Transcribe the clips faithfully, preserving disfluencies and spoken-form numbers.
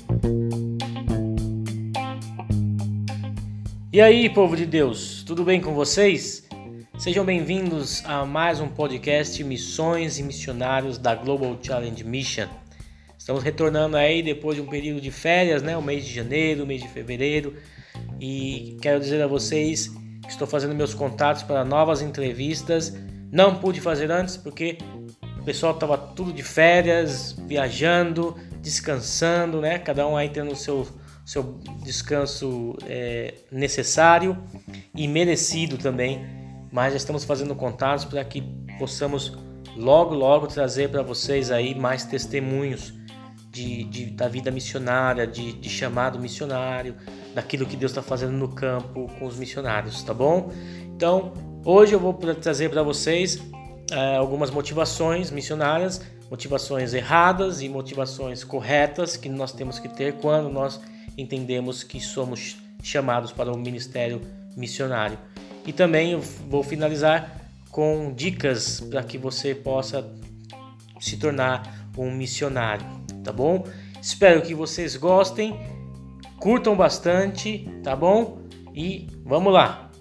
E aí, povo de Deus, tudo bem com vocês? Sejam bem-vindos a mais um podcast Missões e Missionários da Global Challenge Mission. Estamos retornando aí depois de um período de férias, né? O mês de janeiro, o mês de fevereiro. E quero dizer a vocês que estou fazendo meus contatos para novas entrevistas. Não pude fazer antes porque o pessoal estava tudo de férias, viajando, descansando, né? Cada um aí tendo o seu, seu descanso é, necessário e merecido também. Mas já estamos fazendo contatos para que possamos logo, logo trazer para vocês aí mais testemunhos de, de, da vida missionária, de, de chamado missionário, daquilo que Deus está fazendo no campo com os missionários, tá bom? Então, hoje eu vou trazer para vocês é, algumas motivações missionárias, motivações erradas e motivações corretas que nós temos que ter quando nós entendemos que somos chamados para o ministério missionário. E também eu vou finalizar com dicas para que você possa se tornar um missionário, tá bom? Espero que vocês gostem. Curtam bastante, tá bom? E vamos lá!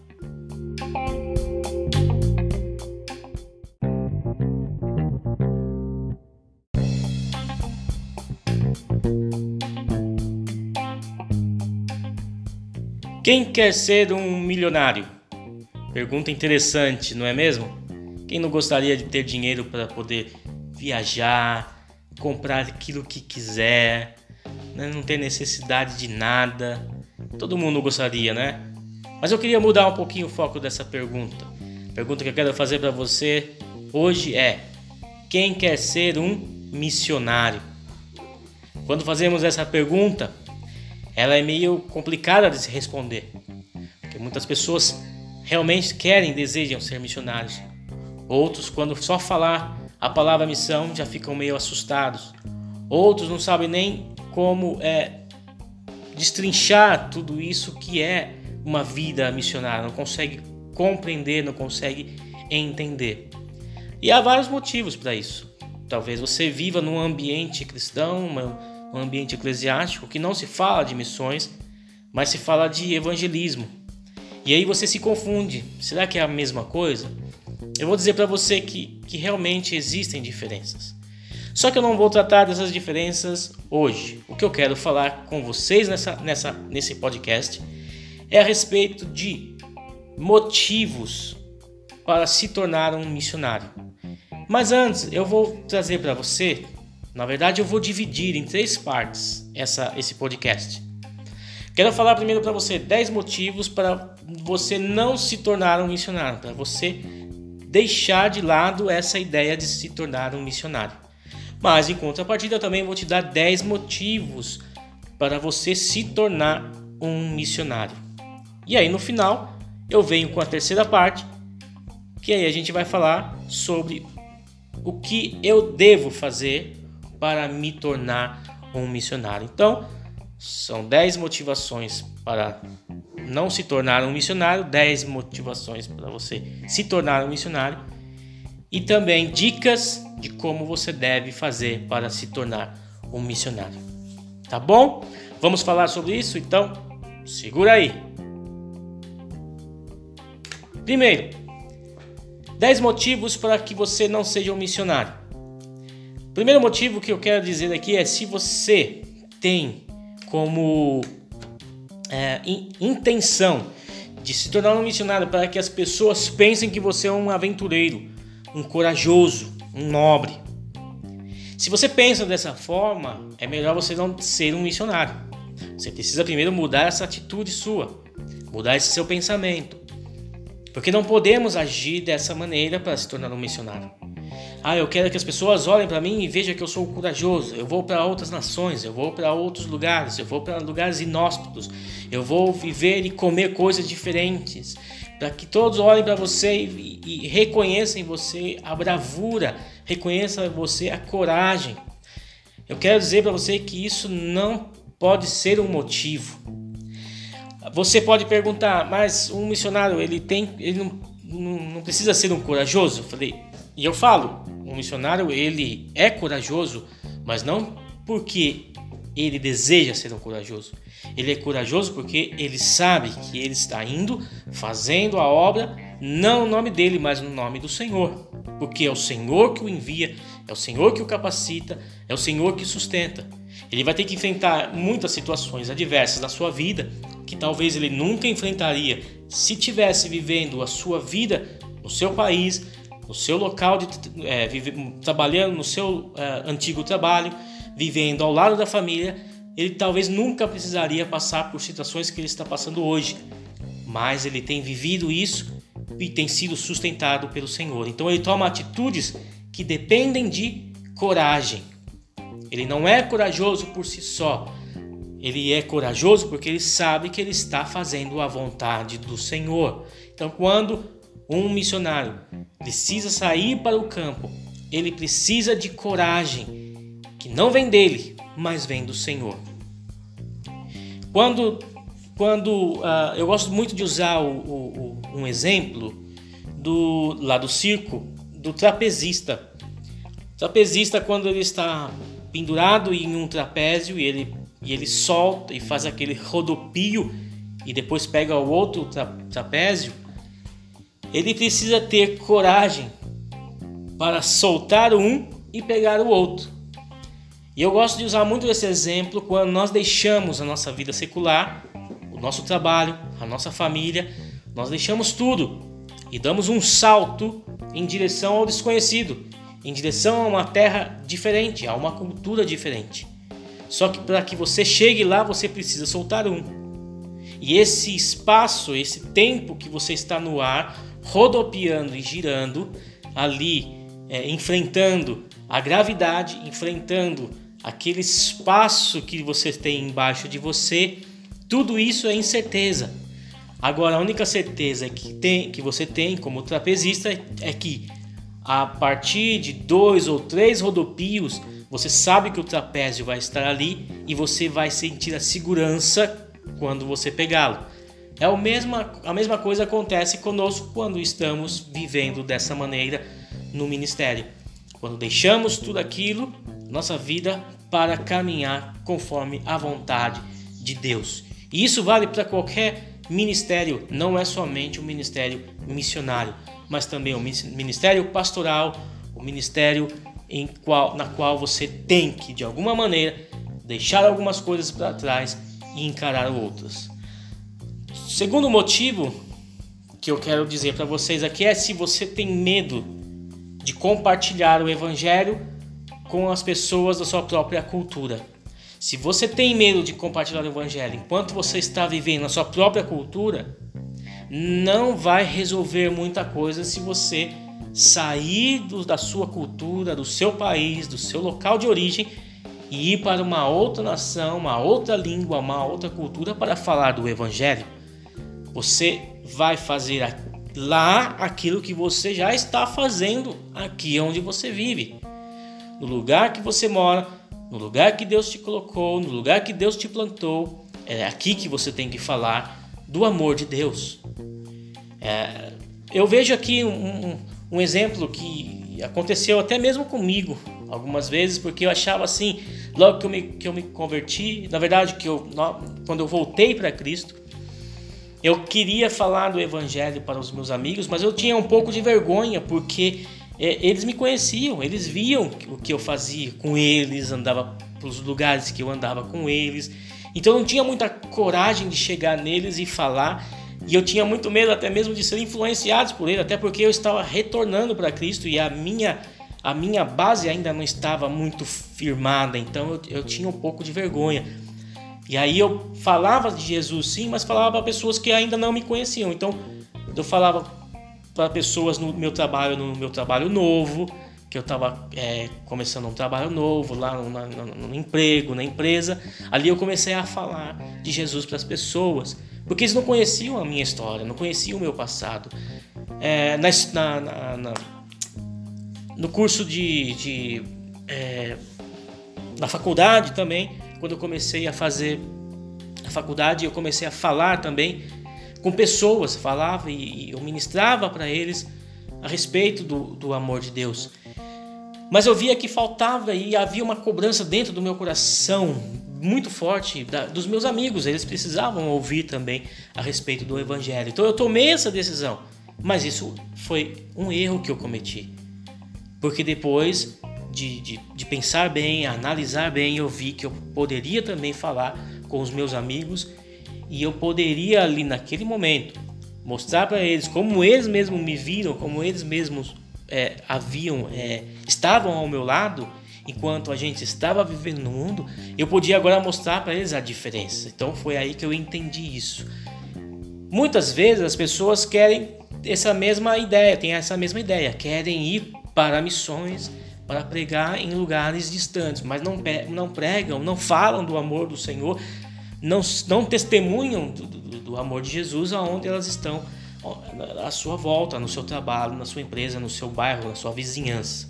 Quem quer ser um milionário? Pergunta interessante, não é mesmo? Quem não gostaria de ter dinheiro para poder viajar, comprar aquilo que quiser, não ter necessidade de nada? Todo mundo gostaria, né? Mas eu queria mudar um pouquinho o foco dessa pergunta. A pergunta que eu quero fazer para você hoje é: quem quer ser um missionário? Quando fazemos essa pergunta, ela é meio complicada de se responder, porque muitas pessoas realmente querem, desejam ser missionários. Outros, quando só falar a palavra missão, já ficam meio assustados. Outros não sabem nem como é, destrinchar tudo isso que é uma vida missionária, não consegue compreender, não consegue entender. E há vários motivos para isso. Talvez você viva num ambiente cristão, um ambiente eclesiástico, que não se fala de missões, mas se fala de evangelismo. E aí você se confunde. Será que é a mesma coisa? Eu vou dizer para você que, que realmente existem diferenças. Só que eu não vou tratar dessas diferenças hoje. O que eu quero falar com vocês nessa, nessa, nesse podcast é a respeito de motivos para se tornar um missionário. Mas antes, eu vou trazer para você, na verdade eu vou dividir em três partes essa, esse podcast. Quero falar primeiro para você dez motivos para você não se tornar um missionário, para você deixar de lado essa ideia de se tornar um missionário. Mas em contrapartida eu também vou te dar dez motivos para você se tornar um missionário. E aí no final eu venho com a terceira parte, que aí a gente vai falar sobre o que eu devo fazer para me tornar um missionário. Então, são dez motivações para não se tornar um missionário, dez motivações para você se tornar um missionário e também dicas de como você deve fazer para se tornar um missionário. Tá bom? Vamos falar sobre isso? Então, segura aí. Primeiro, dez motivos para que você não seja um missionário. Primeiro motivo que eu quero dizer aqui é: se você tem como é, in, intenção de se tornar um missionário para que as pessoas pensem que você é um aventureiro, um corajoso, um nobre. Se você pensa dessa forma, é melhor você não ser um missionário. Você precisa primeiro mudar essa atitude sua, mudar esse seu pensamento. Porque não podemos agir dessa maneira para se tornar um missionário. Ah, eu quero que as pessoas olhem para mim e vejam que eu sou corajoso. Eu vou para outras nações, eu vou para outros lugares, eu vou para lugares inóspitos. Eu vou viver e comer coisas diferentes. Para que todos olhem para você e, e reconheçam em você a bravura, reconheçam em você a coragem. Eu quero dizer para você que isso não pode ser um motivo. Você pode perguntar, mas um missionário, ele tem, ele não, não, não precisa ser um corajoso? Eu falei, e eu falo, um missionário, ele é corajoso, mas não porque ele deseja ser um corajoso. Ele é corajoso porque ele sabe que ele está indo, fazendo a obra, não no nome dele, mas no nome do Senhor. Porque é o Senhor que o envia, é o Senhor que o capacita, é o Senhor que sustenta. Ele vai ter que enfrentar muitas situações adversas na sua vida, que talvez ele nunca enfrentaria se tivesse vivendo a sua vida no seu país, no seu local, de, é, vive, trabalhando no seu é, antigo trabalho, vivendo ao lado da família. Ele talvez nunca precisaria passar por situações que ele está passando hoje, mas ele tem vivido isso e tem sido sustentado pelo Senhor. Então ele toma atitudes que dependem de coragem. Ele não é corajoso por si só. Ele é corajoso porque ele sabe que ele está fazendo a vontade do Senhor. Então, quando um missionário precisa sair para o campo, ele precisa de coragem, que não vem dele, mas vem do Senhor. Quando, quando uh, eu gosto muito de usar o, o, um exemplo do, lá do circo, do trapezista. O trapezista, quando ele está pendurado em um trapézio e ele, e ele solta e faz aquele rodopio e depois pega o outro tra, trapézio, ele precisa ter coragem para soltar um e pegar o outro. E eu gosto de usar muito esse exemplo quando nós deixamos a nossa vida secular, o nosso trabalho, a nossa família, nós deixamos tudo e damos um salto em direção ao desconhecido, em direção a uma terra diferente, a uma cultura diferente. Só que para que você chegue lá, você precisa soltar um. E esse espaço, esse tempo que você está no ar, rodopiando e girando, ali, é, enfrentando a gravidade, enfrentando aquele espaço que você tem embaixo de você, tudo isso é incerteza. Agora, a única certeza que, tem, que você tem como trapezista é que a partir de dois ou três rodopios, você sabe que o trapézio vai estar ali e você vai sentir a segurança quando você pegá-lo. É a mesma, a mesma coisa acontece conosco quando estamos vivendo dessa maneira no ministério. Quando deixamos tudo aquilo, nossa vida, para caminhar conforme a vontade de Deus. E isso vale para qualquer ministério, não é somente o ministério missionário, mas também o ministério pastoral, o ministério em qual, na qual você tem que, de alguma maneira, deixar algumas coisas para trás e encarar outras. Segundo motivo que eu quero dizer para vocês aqui é se você tem medo de compartilhar o evangelho com as pessoas da sua própria cultura. Se você tem medo de compartilhar o evangelho enquanto você está vivendo na sua própria cultura, não vai resolver muita coisa se você sair do, da sua cultura, do seu país, do seu local de origem e ir para uma outra nação, uma outra língua, uma outra cultura para falar do evangelho. Você vai fazer lá aquilo que você já está fazendo aqui onde você vive, no lugar que você mora, no lugar que Deus te colocou, no lugar que Deus te plantou. É aqui que você tem que falar do amor de Deus. É, eu vejo aqui um, um, um exemplo que aconteceu até mesmo comigo algumas vezes, porque eu achava assim, logo que eu me, que eu me converti, na verdade, que eu, quando eu voltei para Cristo, eu queria falar do evangelho para os meus amigos, mas eu tinha um pouco de vergonha, porque é, eles me conheciam, eles viam o que eu fazia com eles, andava pelos lugares que eu andava com eles, então eu não tinha muita coragem de chegar neles e falar, e eu tinha muito medo até mesmo de ser influenciados por ele, até porque eu estava retornando para Cristo e a minha, a minha base ainda não estava muito firmada, então eu, eu tinha um pouco de vergonha. E aí eu falava de Jesus sim, mas falava para pessoas que ainda não me conheciam. Então eu falava para pessoas no meu trabalho, no meu trabalho novo, que eu estava é, começando um trabalho novo lá no, no, no emprego, na empresa. Ali eu comecei a falar de Jesus para as pessoas, porque eles não conheciam a minha história, não conheciam o meu passado. É, na, na, na, no curso de, de é, na faculdade também, quando eu comecei a fazer a faculdade, eu comecei a falar também com pessoas, falava e, e eu ministrava para eles a respeito do, do amor de Deus. Mas eu via que faltava e havia uma cobrança dentro do meu coração muito forte da, dos meus amigos. Eles precisavam ouvir também a respeito do evangelho. Então eu tomei essa decisão. Mas isso foi um erro que eu cometi. Porque depois de, de, de pensar bem, analisar bem, eu vi que eu poderia também falar com os meus amigos. E eu poderia ali naquele momento mostrar para eles como eles mesmos me viram, como eles mesmos é, haviam, é, estavam ao meu lado, enquanto a gente estava vivendo no mundo. Eu podia agora mostrar para eles a diferença. Então foi aí que eu entendi isso. Muitas vezes as pessoas querem essa mesma ideia, têm essa mesma ideia, querem ir para missões, para pregar em lugares distantes, mas não, não pregam, não falam do amor do Senhor, não, não testemunham do, do, do amor de Jesus aonde elas estão, à sua volta, no seu trabalho, na sua empresa, no seu bairro, na sua vizinhança.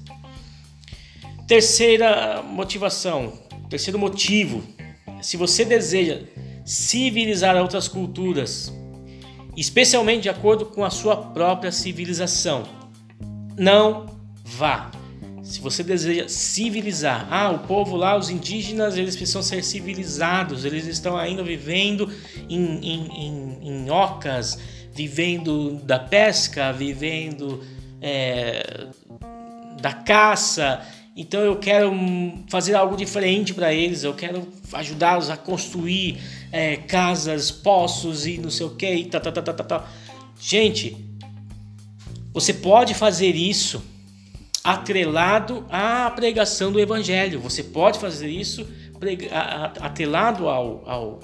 Terceira motivação, terceiro motivo, se você deseja civilizar outras culturas, especialmente de acordo com a sua própria civilização, não vá. Se você deseja civilizar, ah, o povo lá, os indígenas, eles precisam ser civilizados, eles estão ainda vivendo em, em, em, em ocas, vivendo da pesca, vivendo é, da caça. Então eu quero fazer algo diferente para eles, eu quero ajudá-los a construir é, casas, poços e não sei o que, e tá, tá, tá, tá, tá. Gente, você pode fazer isso atrelado à pregação do evangelho. Você pode fazer isso atrelado ao, ao,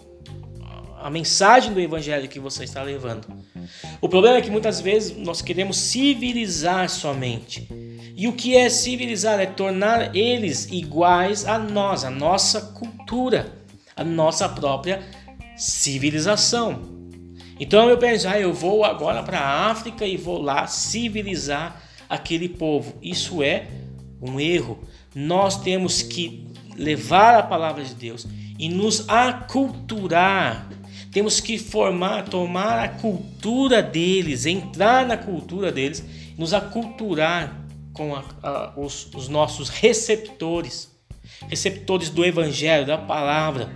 à mensagem do evangelho que você está levando. O problema é que muitas vezes nós queremos civilizar somente. E o que é civilizar? É tornar eles iguais a nós, a nossa cultura, a nossa própria civilização. Então eu penso, ah, eu vou agora para a África e vou lá civilizar aquele povo. Isso é um erro. Nós temos que levar a palavra de Deus e nos aculturar. Temos que formar, tomar a cultura deles, entrar na cultura deles, nos aculturar com a, a, os, os nossos receptores, receptores do evangelho, da palavra,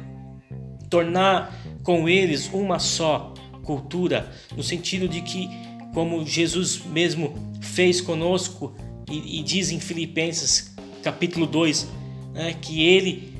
tornar com eles uma só cultura, no sentido de que, como Jesus mesmo fez conosco e, e diz em Filipenses capítulo dois, né, que ele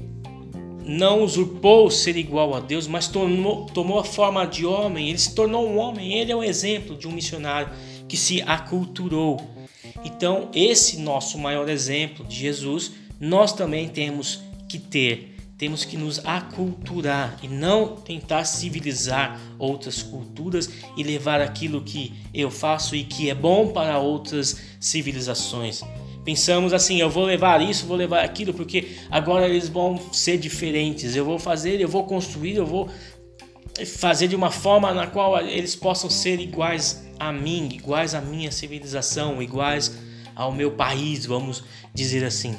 não usurpou ser igual a Deus, mas tomou, tomou a forma de homem, ele se tornou um homem. Ele é um exemplo de um missionário que se aculturou. Então, esse nosso maior exemplo de Jesus, nós também temos que ter. Temos que nos aculturar e não tentar civilizar outras culturas e levar aquilo que eu faço e que é bom para outras civilizações. Pensamos assim, eu vou levar isso, vou levar aquilo, porque agora eles vão ser diferentes. Eu vou fazer, eu vou construir, eu vou fazer de uma forma na qual eles possam ser iguais a mim, iguais à minha civilização, iguais ao meu país, vamos dizer assim.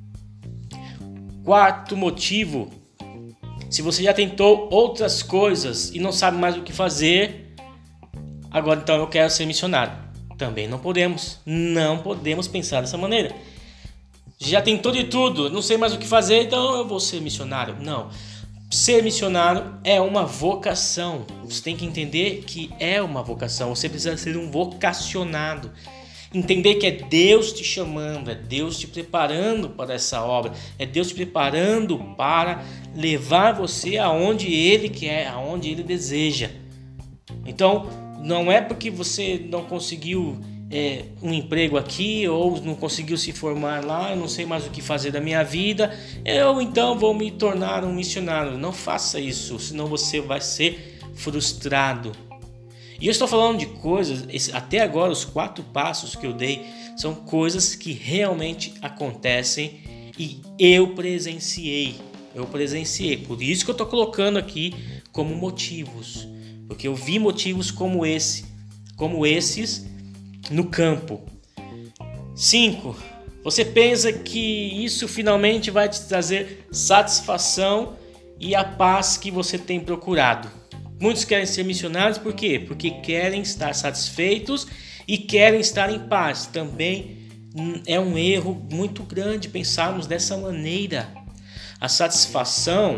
Quarto motivo, se você já tentou outras coisas e não sabe mais o que fazer, agora então eu quero ser missionário. Também não podemos, não podemos pensar dessa maneira. Já tentou de tudo, não sei mais o que fazer, então eu vou ser missionário. Não, ser missionário é uma vocação. Você tem que entender que é uma vocação, você precisa ser um vocacionado. Entender que é Deus te chamando, é Deus te preparando para essa obra, é Deus te preparando para levar você aonde Ele quer, aonde Ele deseja. Então, não é porque você não conseguiu é, um emprego aqui ou não conseguiu se formar lá, eu não sei mais o que fazer da minha vida, eu então vou me tornar um missionário. Não faça isso, senão você vai ser frustrado. E eu estou falando de coisas, até agora os quatro passos que eu dei são coisas que realmente acontecem e eu presenciei, eu presenciei, por isso que eu estou colocando aqui como motivos, porque eu vi motivos como esse, como esses no campo. Cinco, você pensa que isso finalmente vai te trazer satisfação e a paz que você tem procurado. Muitos querem ser missionários, por quê? Porque querem estar satisfeitos e querem estar em paz. Também é um erro muito grande pensarmos dessa maneira. A satisfação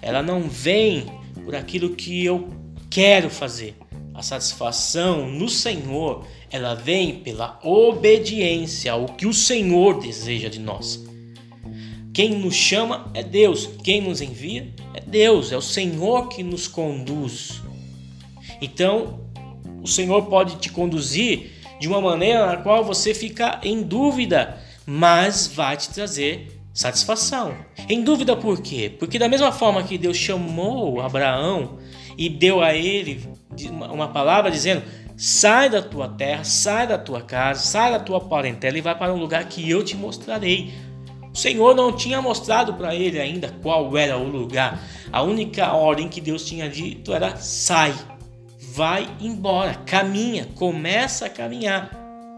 ela não vem por aquilo que eu quero fazer. A satisfação no Senhor, ela vem pela obediência ao que o Senhor deseja de nós. Quem nos chama é Deus, quem nos envia é Deus, é o Senhor que nos conduz. Então, o Senhor pode te conduzir de uma maneira na qual você fica em dúvida, mas vai te trazer satisfação. Em dúvida por quê? Porque da mesma forma que Deus chamou Abraão e deu a ele uma palavra dizendo: sai da tua terra, sai da tua casa, sai da tua parentela e vai para um lugar que eu te mostrarei. O Senhor não tinha mostrado para ele ainda qual era o lugar. A única ordem que Deus tinha dito era: sai, vai embora, caminha, começa a caminhar.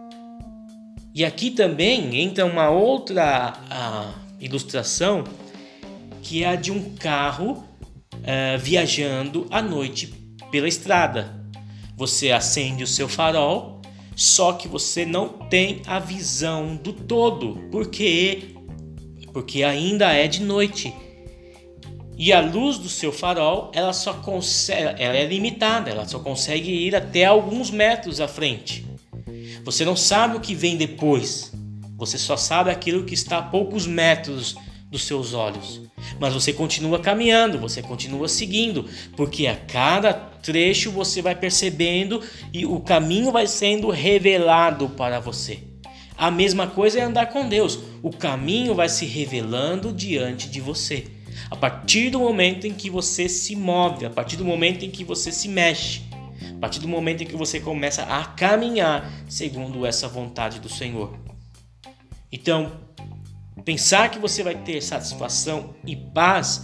E aqui também entra uma outra a, ilustração, que é a de um carro uh, viajando à noite pela estrada. Você acende o seu farol, só que você não tem a visão do todo. Por quê? Porque ainda é de noite. E a luz do seu farol, ela só consegue, ela é limitada, ela só consegue ir até alguns metros à frente. Você não sabe o que vem depois. Você só sabe aquilo que está a poucos metros dos seus olhos. Mas você continua caminhando, você continua seguindo, porque a cada trecho você vai percebendo e o caminho vai sendo revelado para você. A mesma coisa é andar com Deus. O caminho vai se revelando diante de você. A partir do momento em que você se move, a partir do momento em que você se mexe, a partir do momento em que você começa a caminhar segundo essa vontade do Senhor. Então, pensar que você vai ter satisfação e paz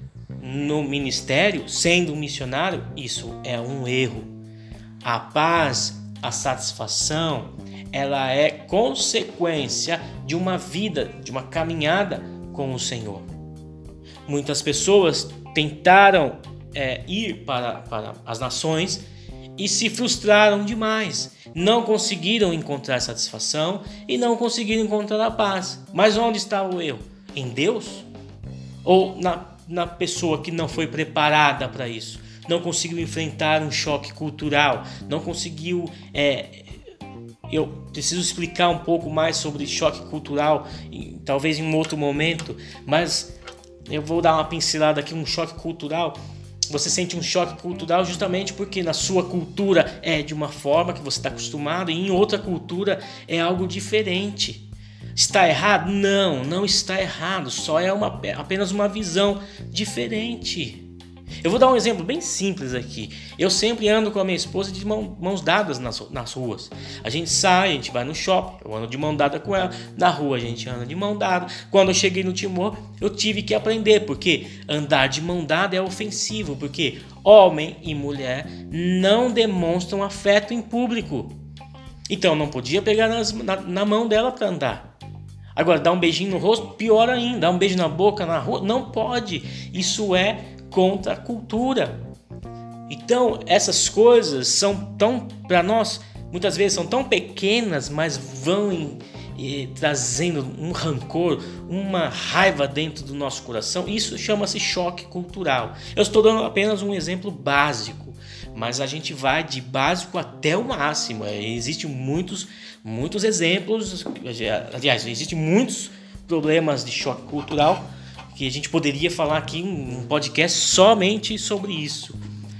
no ministério, sendo um missionário, isso é um erro. A paz, a satisfação, ela é consequência de uma vida, de uma caminhada com o Senhor. Muitas pessoas tentaram é, ir para, para as nações e se frustraram demais. Não conseguiram encontrar satisfação e não conseguiram encontrar a paz. Mas onde está o erro? Em Deus? Ou na, na pessoa que não foi preparada para isso? Não conseguiu enfrentar um choque cultural? Não conseguiu... É, eu preciso explicar um pouco mais sobre choque cultural, talvez em um outro momento, mas eu vou dar uma pincelada aqui. Um choque cultural, você sente um choque cultural justamente porque na sua cultura é de uma forma que você está acostumado e em outra cultura é algo diferente. Está errado? Não, não está errado, só é uma, apenas uma visão diferente. Eu vou dar um exemplo bem simples aqui. Eu sempre ando com a minha esposa de mão, mãos dadas nas, nas ruas. A gente sai, a gente vai no shopping, eu ando de mão dada com ela. Na rua a gente anda de mão dada. Quando eu cheguei no Timor, eu tive que aprender, porque andar de mão dada é ofensivo, porque homem e mulher não demonstram afeto em público. Então eu não podia pegar nas, na, na mão dela para andar. Agora, dar um beijinho no rosto, pior ainda. Dar um beijo na boca, na rua, não pode. Isso é contra a cultura. Então essas coisas são tão, para nós, muitas vezes são tão pequenas, mas vão em, eh, trazendo um rancor, uma raiva dentro do nosso coração. Isso chama-se choque cultural. Eu estou dando apenas um exemplo básico, mas a gente vai de básico até o máximo. Existem muitos, muitos exemplos, aliás, existem muitos problemas de choque cultural que a gente poderia falar aqui em um podcast somente sobre isso.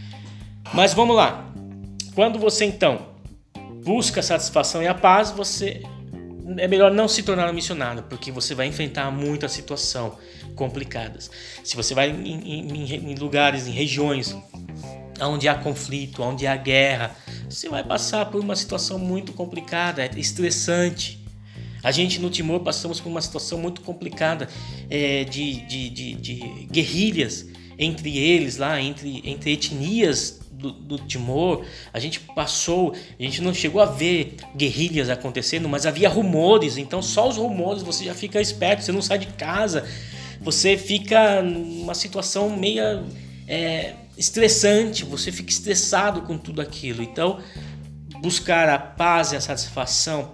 Mas vamos lá. Quando você então busca a satisfação e a paz, você é melhor não se tornar um missionário, porque você vai enfrentar muitas situações complicadas. Se você vai em, em, em lugares, em regiões onde há conflito, onde há guerra, você vai passar por uma situação muito complicada, é estressante. A gente no Timor passamos por uma situação muito complicada é, de, de, de, de guerrilhas entre eles lá, entre, entre etnias do, do Timor. A gente passou, a gente não chegou a ver guerrilhas acontecendo, mas havia rumores. Então só os rumores você já fica esperto, você não sai de casa, você fica numa situação meio é, estressante, você fica estressado com tudo aquilo. Então buscar a paz e a satisfação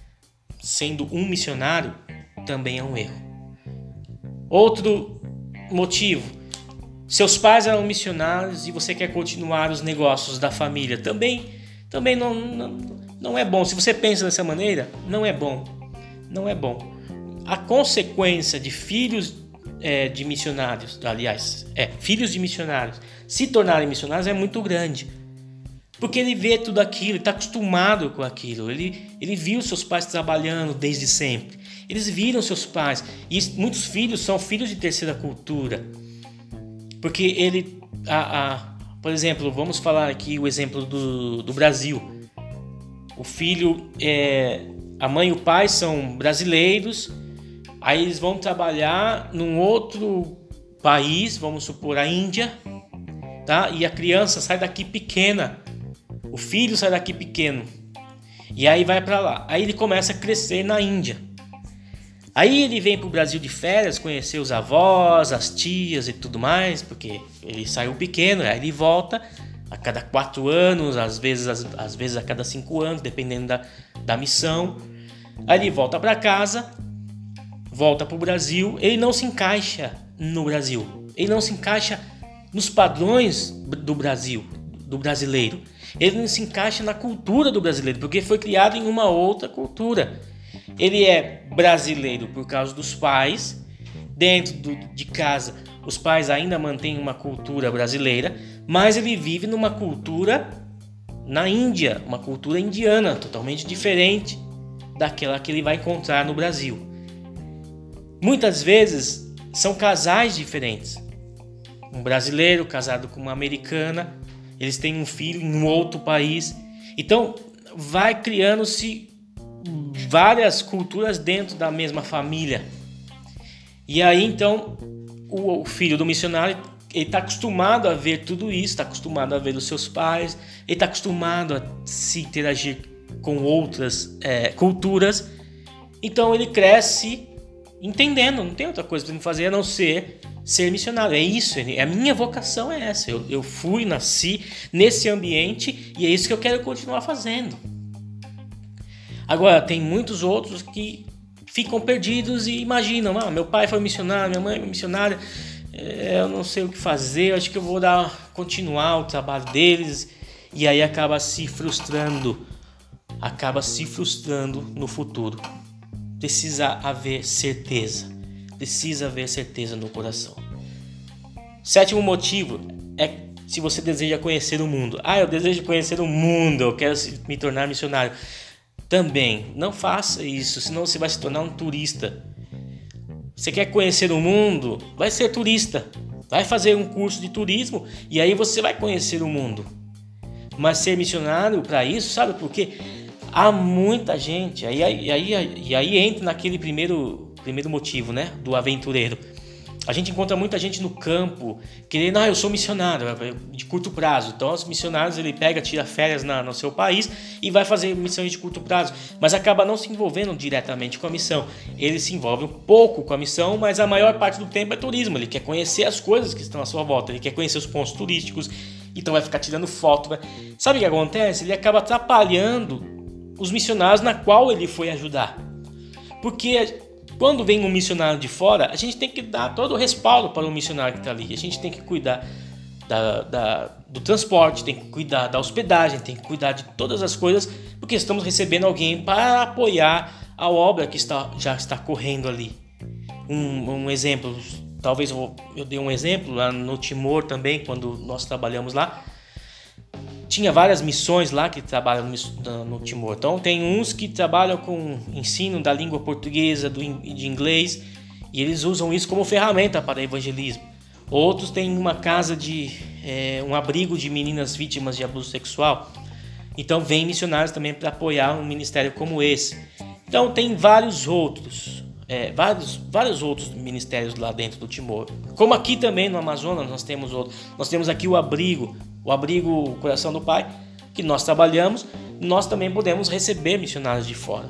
sendo um missionário também é um erro. Outro motivo: seus pais eram missionários e você quer continuar os negócios da família. Também, também não, não, não é bom. Se você pensa dessa maneira, não é bom. Não é bom. A consequência de filhos é, de missionários, aliás, é, filhos de missionários se tornarem missionários é muito grande. Porque ele vê tudo aquilo, ele está acostumado com aquilo. Ele, ele viu seus pais trabalhando desde sempre. Eles viram seus pais. E muitos filhos são filhos de terceira cultura. Porque ele, a, a, por exemplo, vamos falar aqui o exemplo do, do Brasil. O filho, é, a mãe e o pai são brasileiros. Aí eles vão trabalhar num outro país, vamos supor a Índia. Tá? E a criança sai daqui pequena. O filho sai daqui pequeno. E aí vai para lá. Aí ele começa a crescer na Índia. Aí ele vem para o Brasil de férias, conhecer os avós, as tias e tudo mais, porque ele saiu pequeno. Aí ele volta a cada quatro anos, às vezes, às, às vezes a cada cinco anos, dependendo da, da missão. Aí ele volta para casa, volta para o Brasil. Ele não se encaixa no Brasil. Ele não se encaixa nos padrões do Brasil, do brasileiro. Ele não se encaixa na cultura do brasileiro, porque foi criado em uma outra cultura. Ele é brasileiro por causa dos pais. Dentro do, de casa, os pais ainda mantêm uma cultura brasileira, mas ele vive numa cultura na Índia, uma cultura indiana, totalmente diferente daquela que ele vai encontrar no Brasil. Muitas vezes são casais diferentes. Um brasileiro casado com uma americana, eles têm um filho em um outro país. Então vai criando-se várias culturas dentro da mesma família. E aí então o filho do missionário, ele está acostumado a ver tudo isso, está acostumado a ver os seus pais, ele está acostumado a se interagir com outras é, culturas. Então ele cresce entendendo, não tem outra coisa para ele fazer a não ser ser missionário. É isso, a minha vocação é essa. Eu, eu fui, nasci nesse ambiente e é isso que eu quero continuar fazendo. Agora, tem muitos outros que ficam perdidos e imaginam: ah, meu pai foi missionário, minha mãe foi missionária, eu não sei o que fazer, eu acho que eu vou dar, continuar o trabalho deles. E aí acaba se frustrando, acaba se frustrando no futuro. Precisa haver certeza, precisa haver certeza no coração. Sétimo motivo é se você deseja conhecer o mundo. Ah, eu desejo conhecer o mundo, eu quero me tornar missionário. Também, não faça isso, senão você vai se tornar um turista. Você quer conhecer o mundo? Vai ser turista. Vai fazer um curso de turismo e aí você vai conhecer o mundo. Mas ser missionário para isso, sabe por quê? Há muita gente, aí, aí, aí, e aí entra naquele primeiro, primeiro motivo, né, do aventureiro. A gente encontra muita gente no campo querendo: ah, eu sou missionário, de curto prazo. Então os missionários, ele pega, tira férias na, no seu país e vai fazer missões de curto prazo, mas acaba não se envolvendo diretamente com a missão. Ele se envolve um pouco com a missão, mas a maior parte do tempo é turismo. Ele quer conhecer as coisas que estão à sua volta, ele quer conhecer os pontos turísticos, então vai ficar tirando foto. Vai... Sabe o que acontece? Ele acaba atrapalhando os missionários na qual ele foi ajudar. Porque quando vem um missionário de fora, a gente tem que dar todo o respaldo para o missionário que está ali. A gente tem que cuidar da, da, do transporte, tem que cuidar da hospedagem, tem que cuidar de todas as coisas, porque estamos recebendo alguém para apoiar a obra que está, já está correndo ali. Um, um exemplo, talvez eu, eu dei um exemplo lá no Timor também, quando nós trabalhamos lá. Tinha várias missões lá que trabalham no, no Timor. Então tem uns que trabalham com ensino da língua portuguesa, do, de inglês, e eles usam isso como ferramenta para evangelismo. Outros têm uma casa de é, um abrigo de meninas vítimas de abuso sexual. Então vem missionários também para apoiar um ministério como esse. Então tem vários outros, é, vários, vários outros ministérios lá dentro do Timor. Como aqui também no Amazonas nós temos outros. Nós temos aqui o abrigo. O abrigo Coração do Pai, que nós trabalhamos, nós também podemos receber missionários de fora.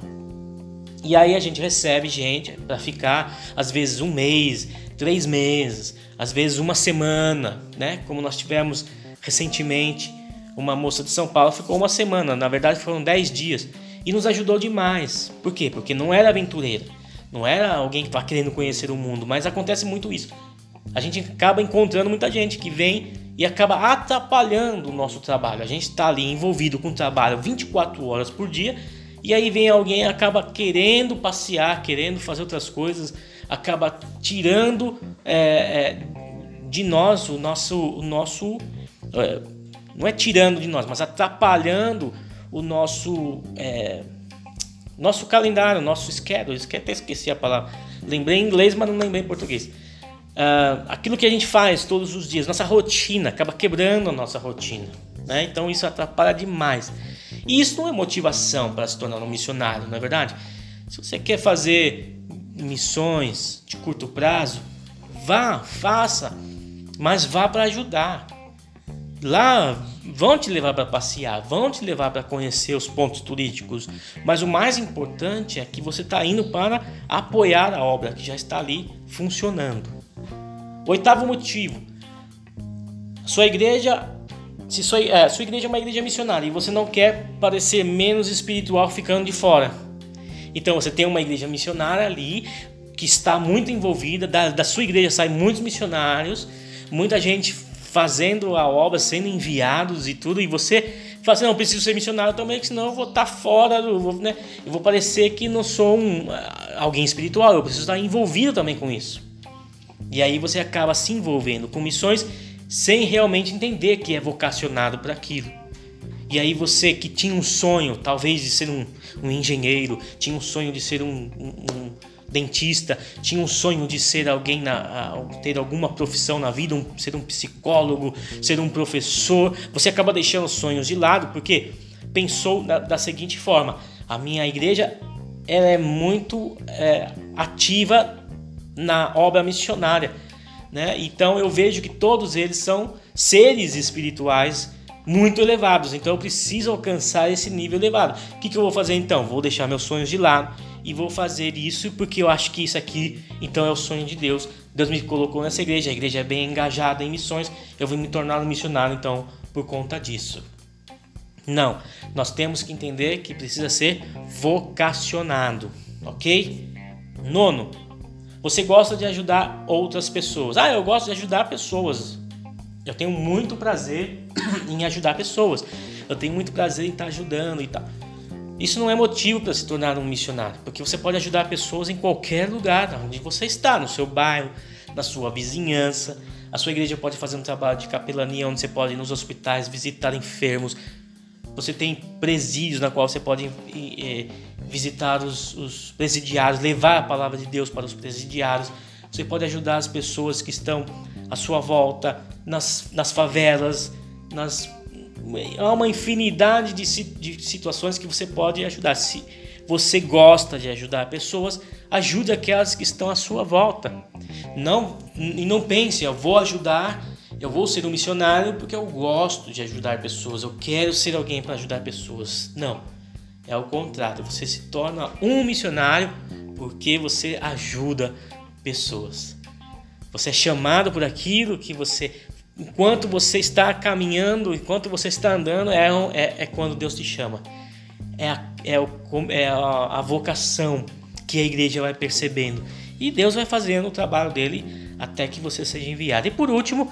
E aí a gente recebe gente para ficar, às vezes um mês, três meses, às vezes uma semana, né? Como nós tivemos recentemente, uma moça de São Paulo ficou uma semana, na verdade foram dez dias, e nos ajudou demais. Por quê? Porque não era aventureira, não era alguém que está querendo conhecer o mundo, mas acontece muito isso. A gente acaba encontrando muita gente que vem e acaba atrapalhando o nosso trabalho. A gente está ali envolvido com o trabalho vinte e quatro horas por dia, e aí vem alguém e acaba querendo passear, querendo fazer outras coisas, acaba tirando é, é, de nós o nosso... O nosso é, não é tirando de nós, mas atrapalhando o nosso, é, nosso calendário, o nosso schedule. Até esqueci a palavra. Lembrei em inglês, mas não lembrei em português. Uh, aquilo que a gente faz todos os dias, nossa rotina, acaba quebrando a nossa rotina, né? Então isso atrapalha demais. E isso não é motivação para se tornar um missionário, não é verdade? Se você quer fazer missões de curto prazo, vá, faça, mas vá para ajudar. Lá vão te levar para passear, vão te levar para conhecer os pontos turísticos, mas o mais importante é que você está indo para apoiar a obra que já está ali funcionando. Oitavo motivo: sua igreja, se sua, é, sua igreja é uma igreja missionária e você não quer parecer menos espiritual ficando de fora. Então você tem uma igreja missionária ali que está muito envolvida, da, da sua igreja saem muitos missionários, muita gente fazendo a obra, sendo enviados e tudo, e você fala assim: não, eu preciso ser missionário também, que senão eu vou estar fora, eu vou, né, eu vou parecer que não sou um, alguém espiritual, eu preciso estar envolvido também com isso. E aí você acaba se envolvendo com missões sem realmente entender que é vocacionado para aquilo. E aí você que tinha um sonho, talvez de ser um, um engenheiro, tinha um sonho de ser um, um, um dentista, tinha um sonho de ser alguém, na, ter alguma profissão na vida, um, ser um psicólogo, ser um professor, você acaba deixando os sonhos de lado porque pensou da, da seguinte forma: a minha igreja ela é muito é, ativa na obra missionária, né? Então eu vejo que todos eles são seres espirituais muito elevados, então eu preciso alcançar esse nível elevado. O que, que eu vou fazer então? Vou deixar meus sonhos de lado e vou fazer isso porque eu acho que isso aqui então é o sonho de Deus. Deus me colocou nessa igreja, a igreja é bem engajada em missões, eu vou me tornar um missionário então por conta disso. Não, nós temos que entender que precisa ser vocacionado, ok? Nono: você gosta de ajudar outras pessoas. Ah, eu gosto de ajudar pessoas. Eu tenho muito prazer em ajudar pessoas. Eu tenho muito prazer em estar ajudando e tal. Isso não é motivo para se tornar um missionário, porque você pode ajudar pessoas em qualquer lugar onde você está, no seu bairro, na sua vizinhança. A sua igreja pode fazer um trabalho de capelania, onde você pode ir nos hospitais, visitar enfermos. Você tem presídios na qual você pode é, visitar os, os presidiários, levar a palavra de Deus para os presidiários. Você pode ajudar as pessoas que estão à sua volta, nas, nas favelas, nas, há uma infinidade de, de situações que você pode ajudar. Se você gosta de ajudar pessoas, ajude aquelas que estão à sua volta. Não, e não pense: eu vou ajudar, eu vou ser um missionário porque eu gosto de ajudar pessoas, eu quero ser alguém para ajudar pessoas. Não, é o contrário. Você se torna um missionário porque você ajuda pessoas. Você é chamado por aquilo que você, enquanto você está caminhando, enquanto você está andando, é, é, é quando Deus te chama. É, a, é, o, é a, a vocação que a igreja vai percebendo. E Deus vai fazendo o trabalho dele até que você seja enviado. E por último,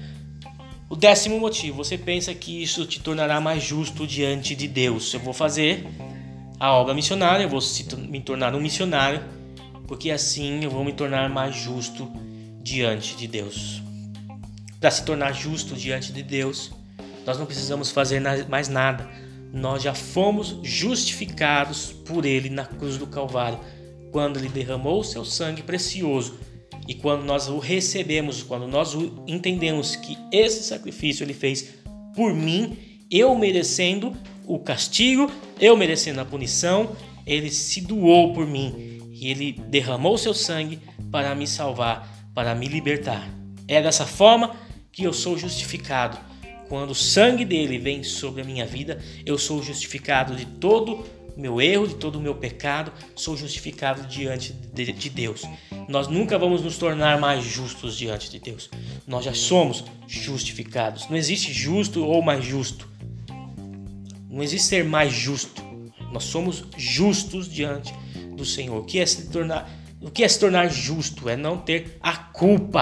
o décimo motivo: você pensa que isso te tornará mais justo diante de Deus. Eu vou fazer a obra missionária, eu vou me tornar um missionário, porque assim eu vou me tornar mais justo diante de Deus. Para se tornar justo diante de Deus, nós não precisamos fazer mais nada. Nós já fomos justificados por Ele na cruz do Calvário, quando Ele derramou o seu sangue precioso. E quando nós o recebemos, quando nós entendemos que esse sacrifício Ele fez por mim, eu merecendo o castigo, eu merecendo a punição, Ele se doou por mim. E Ele derramou o seu sangue para me salvar, para me libertar. É dessa forma que eu sou justificado. Quando o sangue dele vem sobre a minha vida, eu sou justificado de todo o meu erro, de todo o meu pecado, sou justificado diante de, de Deus. Nós nunca vamos nos tornar mais justos diante de Deus. Nós já somos justificados. Não existe justo ou mais justo. Não existe ser mais justo. Nós somos justos diante do Senhor. O que é se tornar, o que é se tornar justo? É não ter a culpa.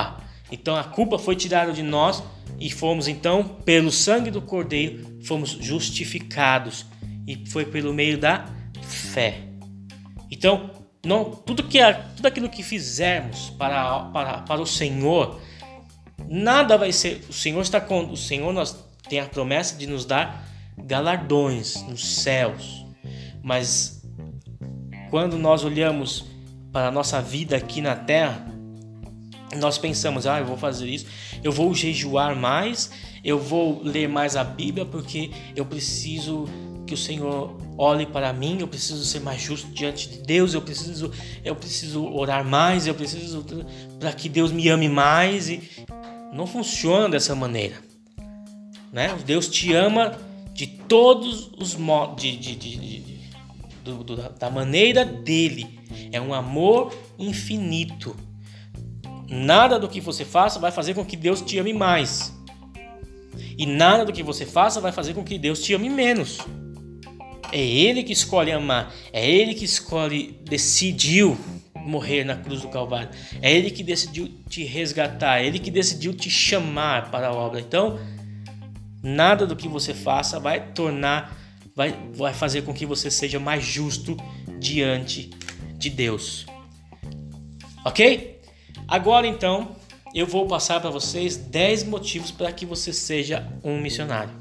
Então a culpa foi tirada de nós e fomos então, pelo sangue do Cordeiro, fomos justificados. E foi pelo meio da fé. Então, não, tudo, que, tudo aquilo que fizermos para, para, para o Senhor, nada vai ser. O Senhor está com. O Senhor nós, tem a promessa de nos dar galardões nos céus. Mas quando nós olhamos para a nossa vida aqui na terra, nós pensamos, ah, eu vou fazer isso, eu vou jejuar mais, eu vou ler mais a Bíblia porque eu preciso que o Senhor olhe para mim, eu preciso ser mais justo diante de Deus, eu preciso, eu preciso orar mais, eu preciso para que Deus me ame mais. E não funciona dessa maneira, né? Deus te ama de todos os modos, de, de, de, de, de, do, do, da maneira dele. É um amor infinito. Nada do que você faça vai fazer com que Deus te ame mais. E nada do que você faça vai fazer com que Deus te ame menos. É Ele que escolhe amar. É Ele que escolhe, decidiu morrer na cruz do Calvário. É Ele que decidiu te resgatar. É Ele que decidiu te chamar para a obra. Então, nada do que você faça vai tornar, vai, vai fazer com que você seja mais justo diante de Deus. Ok? Agora então, eu vou passar para vocês dez motivos para que você seja um missionário.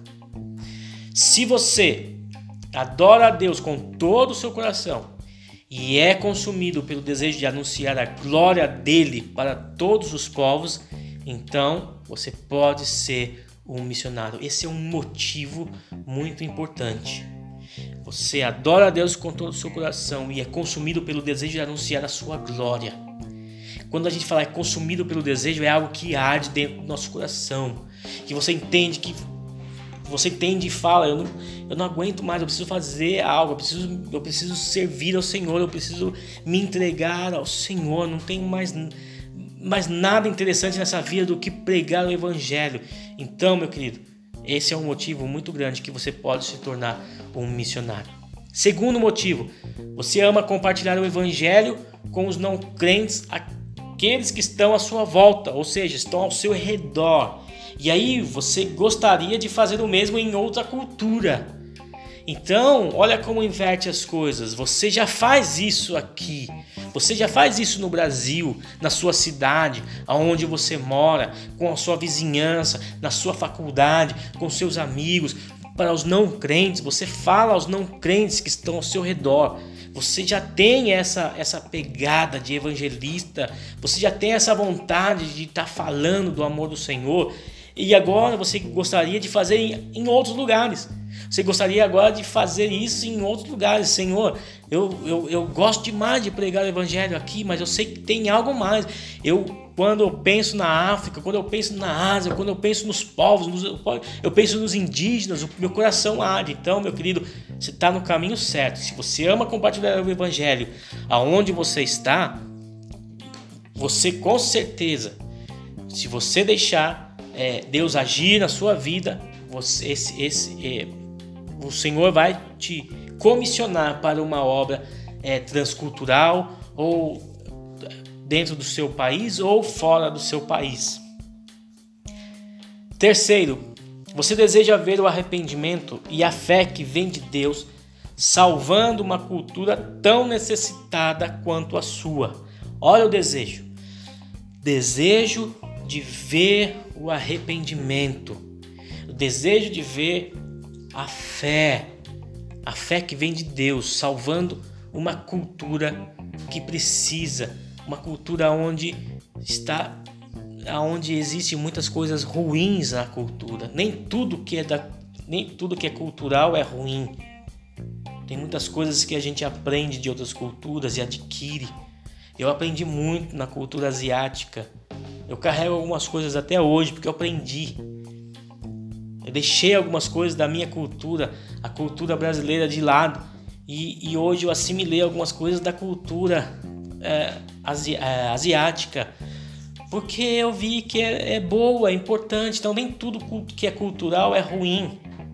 Se você adora a Deus com todo o seu coração e é consumido pelo desejo de anunciar a glória dele para todos os povos, então você pode ser um missionário. Esse é um motivo muito importante. Você adora a Deus com todo o seu coração e é consumido pelo desejo de anunciar a sua glória. Quando a gente fala é consumido pelo desejo, é algo que arde dentro do nosso coração, que você entende que você entende e fala, eu não, eu não aguento mais, eu preciso fazer algo, eu preciso, eu preciso servir ao Senhor, eu preciso me entregar ao Senhor, não tenho mais, mais nada interessante nessa vida do que pregar o Evangelho. Então, meu querido, esse é um motivo muito grande que você pode se tornar um missionário. Segundo motivo, você ama compartilhar o Evangelho com os não crentes, aqueles que estão à sua volta, ou seja, estão ao seu redor. E aí você gostaria de fazer o mesmo em outra cultura. Então, olha como inverte as coisas. Você já faz isso aqui. Você já faz isso no Brasil, na sua cidade, aonde você mora, com a sua vizinhança, na sua faculdade, com seus amigos. Para os não crentes, você fala aos não crentes que estão ao seu redor. Você já tem essa, essa pegada de evangelista. Você já tem essa vontade de estar falando do amor do Senhor. E agora você gostaria de fazer em, em outros lugares. Você gostaria agora de fazer isso em outros lugares. Senhor, eu, eu, eu gosto demais de pregar o evangelho aqui, mas eu sei que tem algo mais. Eu, quando eu penso na África, quando eu penso na Ásia, quando eu penso nos povos, nos, eu penso nos indígenas, o meu coração arde. Então, meu querido, você está no caminho certo. Se você ama compartilhar o evangelho aonde você está, você com certeza, se você deixar É, Deus agir na sua vida, você, esse, esse, é, o Senhor vai te comissionar para uma obra é, transcultural, ou dentro do seu país ou fora do seu país. Terceiro, você deseja ver o arrependimento e a fé que vem de Deus salvando uma cultura tão necessitada quanto a sua. Olha o desejo. Desejo de ver o arrependimento, o desejo de ver a fé, a fé que vem de Deus, salvando uma cultura que precisa, uma cultura onde está, onde existem muitas coisas ruins na cultura. Nem tudo que é da, nem tudo que é cultural é ruim. Tem muitas coisas que a gente aprende de outras culturas e adquire. Eu aprendi muito na cultura asiática. Eu carrego algumas coisas até hoje porque eu aprendi. Eu deixei algumas coisas da minha cultura, a cultura brasileira, de lado. E, e hoje eu assimilei algumas coisas da cultura é, asi, é, asiática. Porque eu vi que é, é boa, é importante. Então nem tudo que é cultural é ruim.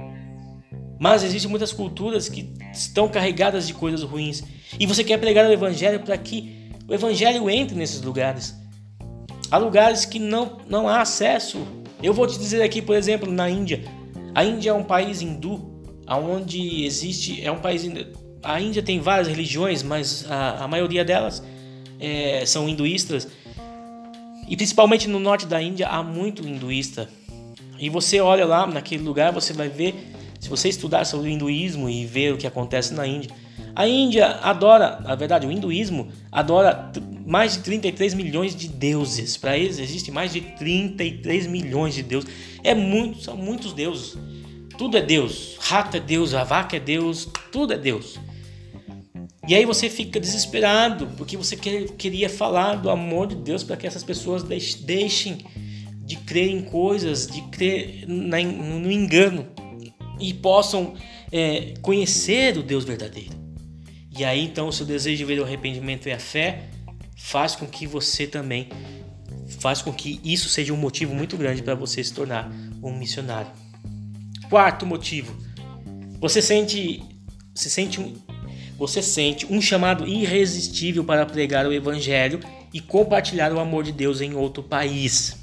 Mas existem muitas culturas que estão carregadas de coisas ruins. E você quer pregar o evangelho para que o evangelho entre nesses lugares. Há lugares que não, não há acesso. Eu vou te dizer aqui, por exemplo, na Índia. A Índia é um país hindu, onde existe, é um país, a Índia tem várias religiões, mas a, a maioria delas é, são hinduístas. E principalmente no norte da Índia há muito hinduísta. E você olha lá naquele lugar, você vai ver, se você estudar sobre o hinduísmo e ver o que acontece na Índia, a Índia adora, na verdade o hinduísmo adora mais de trinta e três milhões de deuses. Para eles existem mais de trinta e três milhões de deuses. É muito, são muitos deuses. Tudo é Deus. Rato é Deus, a vaca é Deus, tudo é Deus. E aí você fica desesperado, porque você quer, queria falar do amor de Deus para que essas pessoas deixem de crer em coisas, de crer na, no engano e possam é, conhecer o Deus verdadeiro. E aí então o seu desejo de ver o arrependimento e a fé faz com que você também, faz com que isso seja um motivo muito grande para você se tornar um missionário. Quarto motivo, você sente, você sente um, você sente um chamado irresistível para pregar o evangelho e compartilhar o amor de Deus em outro país.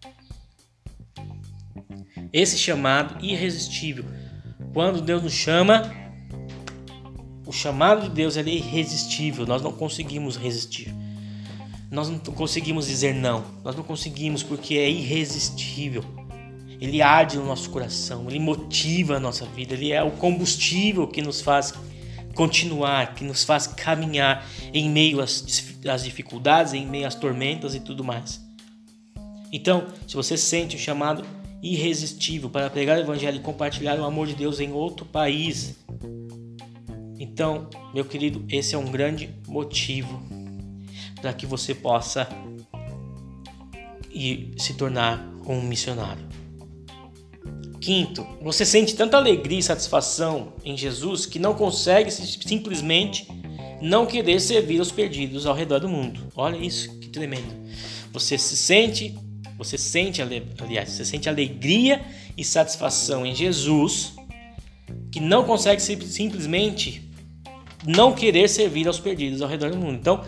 Esse chamado irresistível, quando Deus nos chama, o chamado de Deus é irresistível, nós não conseguimos resistir. Nós não conseguimos dizer não, nós não conseguimos porque é irresistível. Ele arde no nosso coração, ele motiva a nossa vida, ele é o combustível que nos faz continuar, que nos faz caminhar em meio às, às dificuldades, em meio às tormentas e tudo mais. Então, se você sente o chamado irresistível para pregar o evangelho e compartilhar o amor de Deus em outro país, então, meu querido, esse é um grande motivo para que você possa ir se tornar um missionário. Quinto, você sente tanta alegria e satisfação em Jesus que não consegue simplesmente não querer servir aos perdidos ao redor do mundo. Olha isso, que tremendo. Você se sente, você sente, aliás, você sente alegria e satisfação em Jesus que não consegue simplesmente não querer servir aos perdidos ao redor do mundo. Então,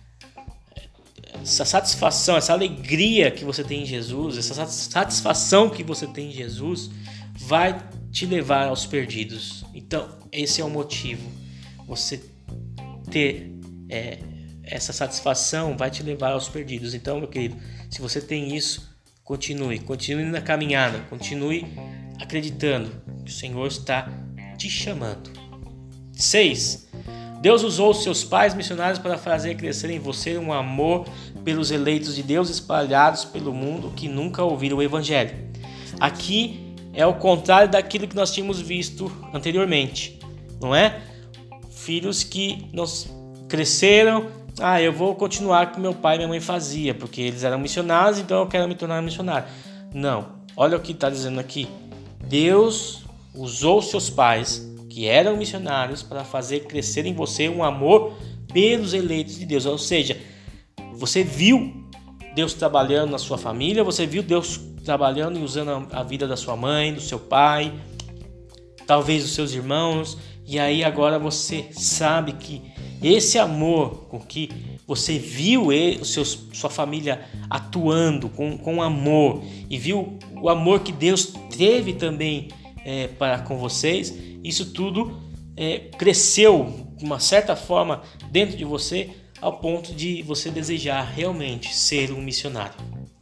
essa satisfação, essa alegria que você tem em Jesus, essa satisfação que você tem em Jesus vai te levar aos perdidos. Então, esse é o motivo. Você ter é, essa satisfação vai te levar aos perdidos. Então, meu querido, se você tem isso, continue. Continue na caminhada. Continue acreditando que o Senhor está te chamando. Seis. Deus usou os seus pais missionários para fazer crescer em você um amor pelos eleitos de Deus espalhados pelo mundo que nunca ouviram o Evangelho. Aqui é o contrário daquilo que nós tínhamos visto anteriormente, não é? Filhos que nos cresceram, ah, eu vou continuar com o que meu pai e minha mãe fazia, porque eles eram missionários, então eu quero me tornar missionário. Não, olha o que está dizendo aqui. Deus usou os seus pais que eram missionários para fazer crescer em você um amor pelos eleitos de Deus. Ou seja, você viu Deus trabalhando na sua família, você viu Deus trabalhando e usando a vida da sua mãe, do seu pai, talvez dos seus irmãos, e aí agora você sabe que esse amor com que você viu ele, seus, sua família atuando com, com amor e viu o amor que Deus teve também é, para com vocês, isso tudo é, cresceu de uma certa forma dentro de você ao ponto de você desejar realmente ser um missionário.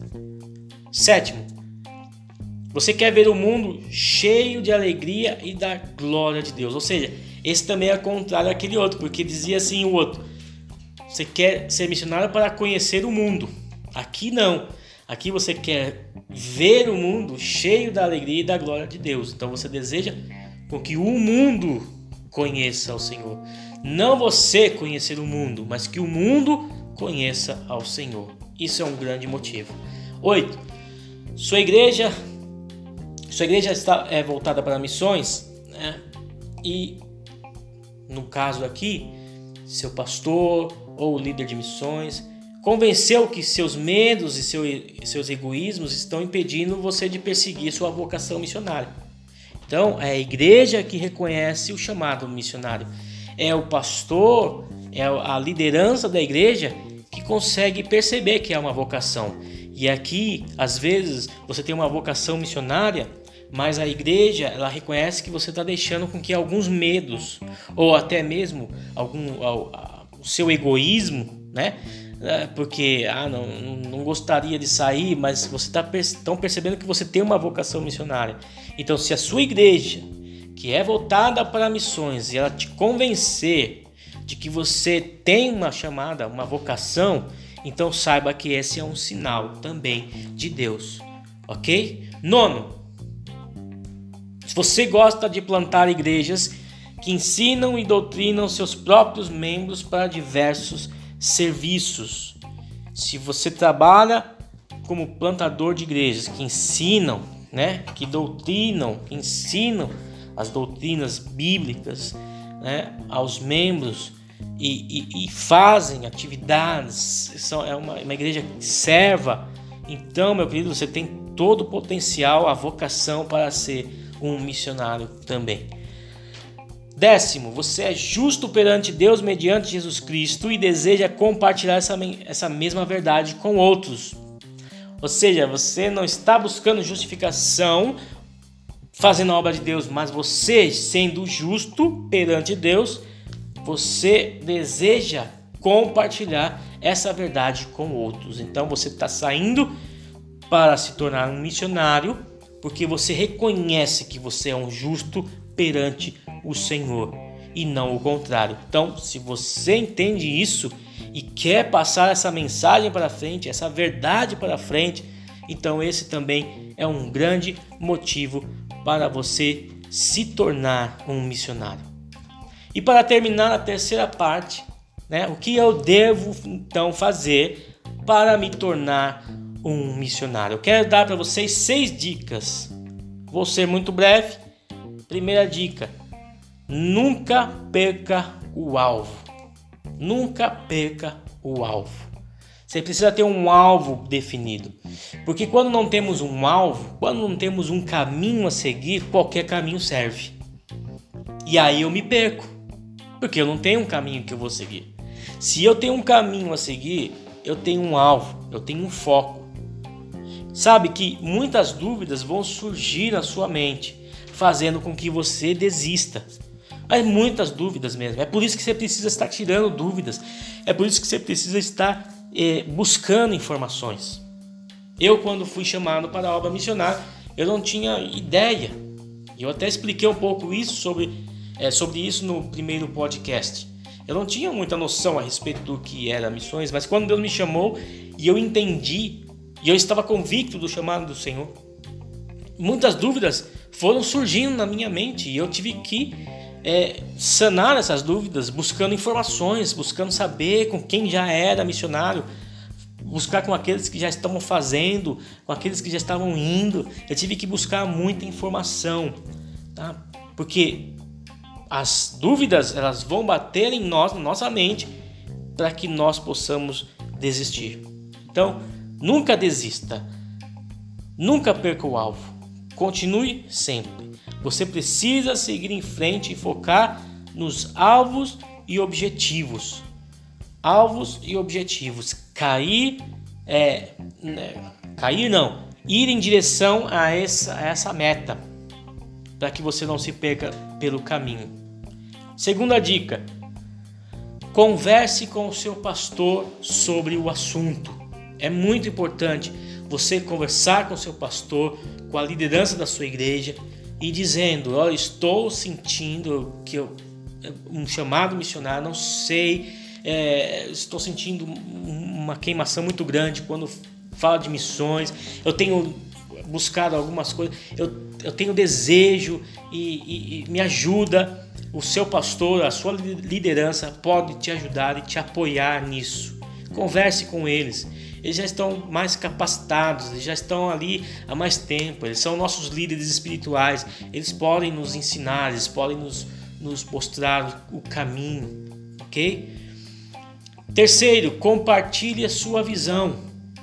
Sétimo, você quer ver o mundo cheio de alegria e da glória de Deus. Ou seja, esse também é contrário àquele outro, porque dizia assim o outro: você quer ser missionário para conhecer o mundo. Aqui não. Aqui você quer ver o mundo cheio da alegria e da glória de Deus. Então você deseja com que o mundo conheça ao Senhor. Não você conhecer o mundo, mas que o mundo conheça ao Senhor. Isso é um grande motivo. Oito. Sua igreja, sua igreja está é, voltada para missões, né? E no caso aqui, seu pastor ou líder de missões convenceu que seus medos e seu, seus egoísmos estão impedindo você de perseguir sua vocação missionária. Então, é a igreja que reconhece o chamado missionário. É o pastor, é a liderança da igreja que consegue perceber que é uma vocação. E aqui, às vezes, você tem uma vocação missionária, mas a igreja, ela reconhece que você está deixando com que alguns medos, ou até mesmo algum, o seu egoísmo, né? Porque ah, não, não gostaria de sair, mas você está estão percebendo que você tem uma vocação missionária. Então, se a sua igreja, que é voltada para missões, e ela te convencer de que você tem uma chamada, uma vocação, então saiba que esse é um sinal também de Deus, ok? Nono, se você gosta de plantar igrejas que ensinam e doutrinam seus próprios membros para diversos serviços, se você trabalha como plantador de igrejas que ensinam, né, que doutrinam, que ensinam as doutrinas bíblicas, né, aos membros e, e, e fazem atividades, são, é uma, uma igreja que serva, então, meu querido, você tem todo o potencial, a vocação para ser um missionário também. Décimo, você é justo perante Deus mediante Jesus Cristo e deseja compartilhar essa, essa mesma verdade com outros. Ou seja, você não está buscando justificação fazendo a obra de Deus, mas você, sendo justo perante Deus, você deseja compartilhar essa verdade com outros. Então você está saindo para se tornar um missionário, porque você reconhece que você é um justo perante o Senhor e não o contrário. Então, se você entende isso e quer passar essa mensagem para frente, essa verdade para frente, então esse também é um grande motivo para você se tornar um missionário. E para terminar a terceira parte, né, o que eu devo então fazer para me tornar um missionário? Eu quero dar para vocês seis dicas. Vou ser muito breve. Primeira dica: nunca perca o alvo. Nunca perca o alvo. Você precisa ter um alvo definido. Porque quando não temos um alvo, quando não temos um caminho a seguir, qualquer caminho serve. E aí eu me perco. Porque eu não tenho um caminho que eu vou seguir. Se eu tenho um caminho a seguir, eu tenho um alvo, eu tenho um foco. Sabe que muitas dúvidas vão surgir na sua mente, fazendo com que você desista. Mas muitas dúvidas mesmo. É por isso que você precisa estar tirando dúvidas. É por isso que você precisa estar é, buscando informações. Eu, quando fui chamado para a obra missionária, eu não tinha ideia. Eu até expliquei um pouco isso sobre, é, sobre isso no primeiro podcast. Eu não tinha muita noção a respeito do que era missões, mas quando Deus me chamou e eu entendi, e eu estava convicto do chamado do Senhor, muitas dúvidas foram surgindo na minha mente e eu tive que é, sanar essas dúvidas, buscando informações, buscando saber com quem já era missionário, buscar com aqueles que já estavam fazendo, com aqueles que já estavam indo. Eu tive que buscar muita informação, tá? Porque as dúvidas, elas vão bater em nós, na nossa mente, para que nós possamos desistir. Então, nunca desista. Nunca perca o alvo. Continue sempre. Você precisa seguir em frente e focar nos alvos e objetivos. Alvos e objetivos. Cair, é, né, cair não. Ir em direção a essa, a essa meta, para que você não se perca pelo caminho. Segunda dica: converse com o seu pastor sobre o assunto. É muito importante você conversar com o seu pastor, com a liderança da sua igreja e dizendo: olha, estou sentindo que eu, um chamado missionário, não sei, é, estou sentindo uma queimação muito grande quando fala de missões, eu tenho buscado algumas coisas, eu, eu tenho desejo e, e, e me ajuda. O seu pastor, a sua liderança pode te ajudar e te apoiar nisso. Converse com eles. Eles já estão mais capacitados, eles já estão ali há mais tempo. Eles são nossos líderes espirituais. Eles podem nos ensinar, eles podem nos, nos mostrar o caminho, ok? Terceiro, compartilhe a sua visão.